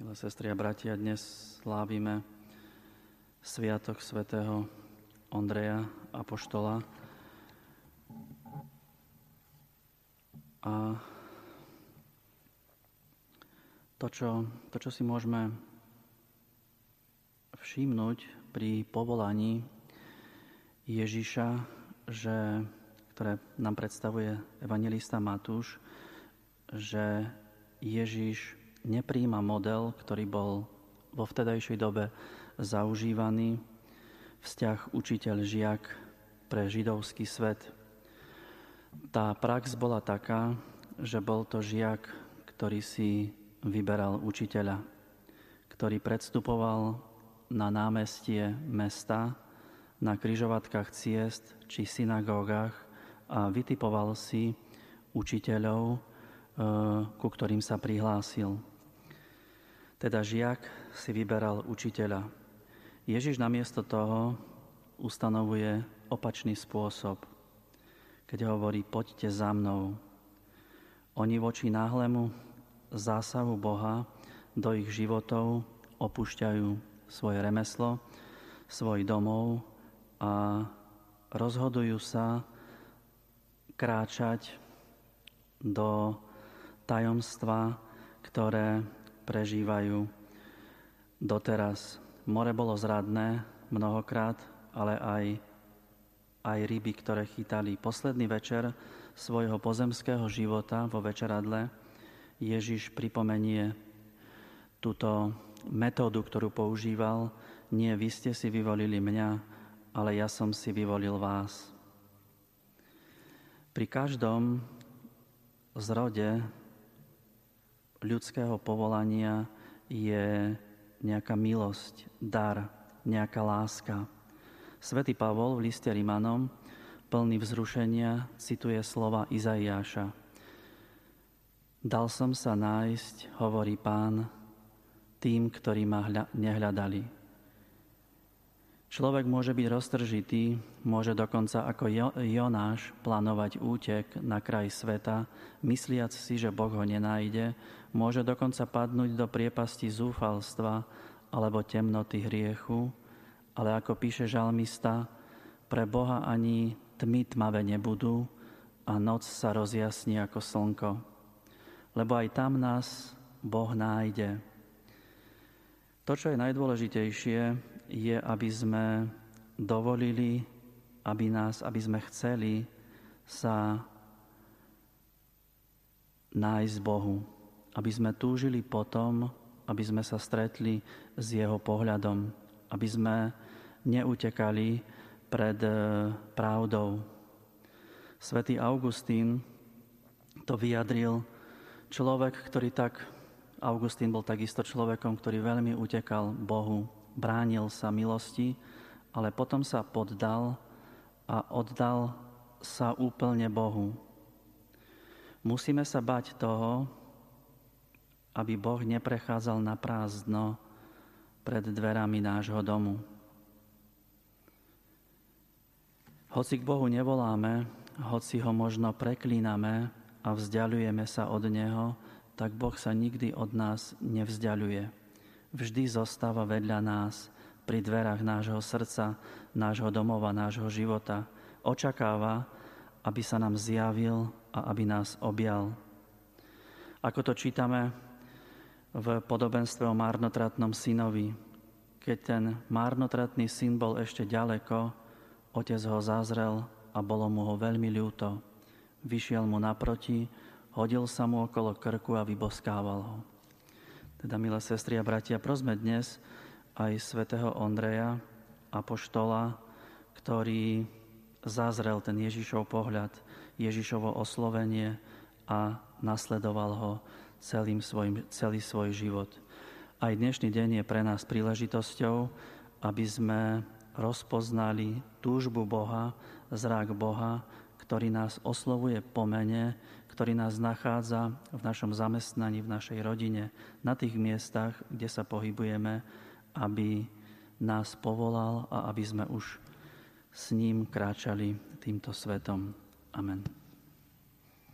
Milé sestry a bratia, dnes slávime sviatok svätého Ondreja apoštola. A to, čo si môžeme všimnúť pri povolaní Ježiša, ktoré nám predstavuje evanjelista Matúš, že Ježiš nepríjma model, ktorý bol vo vtedajšej dobe zaužívaný, vzťah učiteľ-žiak pre židovský svet. Tá prax bola taká, že bol to žiak, ktorý si vyberal učiteľa, ktorý predstupoval na námestie mesta, na križovatkách ciest či synagógach a vytipoval si učiteľov, ku ktorým sa prihlásil. Teda žiak si vyberal učiteľa. Ježiš namiesto toho ustanovuje opačný spôsob, keď hovorí: poďte za mnou. Oni voči náhlemu zásahu Boha do ich životov opúšťajú svoje remeslo, svoj domov a rozhodujú sa kráčať do tajomstva, ktoré prežívajú doteraz. More bolo zradné mnohokrát, ale aj ryby, ktoré chytali. Posledný večer svojho pozemského života vo večeradle Ježiš pripomenie túto metódu, ktorú používal: nie vy ste si vyvolili mňa, ale ja som si vyvolil vás. Pri každom zrode ľudského povolania je nejaká milosť, dar, nejaká láska. Svätý Pavol v liste Rimanom, plný vzrušenia, cituje slova Izaiáša: dal som sa nájsť, hovorí Pán, tým, ktorí ma nehľadali. Človek môže byť roztržitý, môže dokonca ako Jonáš plánovať útek na kraj sveta, mysliac si, že Boh ho nenájde, môže dokonca padnúť do priepasti zúfalstva alebo temnoty hriechu, ale ako píše žalmista, pre Boha ani tmy tmavé nebudú a noc sa rozjasní ako slnko. Lebo aj tam nás Boh nájde. To, čo je najdôležitejšie, je, aby sme dovolili, aby sme chceli sa nájsť Bohu. Aby sme túžili potom, aby sme sa stretli s Jeho pohľadom. Aby sme neutekali pred pravdou. Svätý Augustín to vyjadril: Augustín bol takisto človekom, ktorý veľmi utekal Bohu, bránil sa milosti, ale potom sa poddal a oddal sa úplne Bohu. Musíme sa bať toho, aby Boh neprechádzal na prázdno pred dverami nášho domu. Hoci k Bohu nevoláme, hoci ho možno preklíname a vzdialujeme sa od Neho, tak Boh sa nikdy od nás nevzdialuje. Vždy zostáva vedľa nás, pri dverách nášho srdca, nášho domova, nášho života. Očakáva, aby sa nám zjavil a aby nás objal. Ako to čítame v podobenstve o márnotratnom synovi. Keď ten márnotratný syn bol ešte ďaleko, otec ho zazrel a bolo mu ho veľmi ľúto. Vyšiel mu naproti, hodil sa mu okolo krku a vyboskával ho. Teda, milé sestry a bratia, prosme dnes aj svätého Ondreja, apoštola, ktorý zazrel ten Ježišov pohľad, Ježišovo oslovenie a nasledoval ho celý svoj život. Aj dnešný deň je pre nás príležitosťou, aby sme rozpoznali túžbu Boha, zrak Boha, ktorý nás oslovuje po mene, ktorý nás nachádza v našom zamestnaní, v našej rodine, na tých miestach, kde sa pohybujeme, aby nás povolal a aby sme už s ním kráčali týmto svetom. Amen.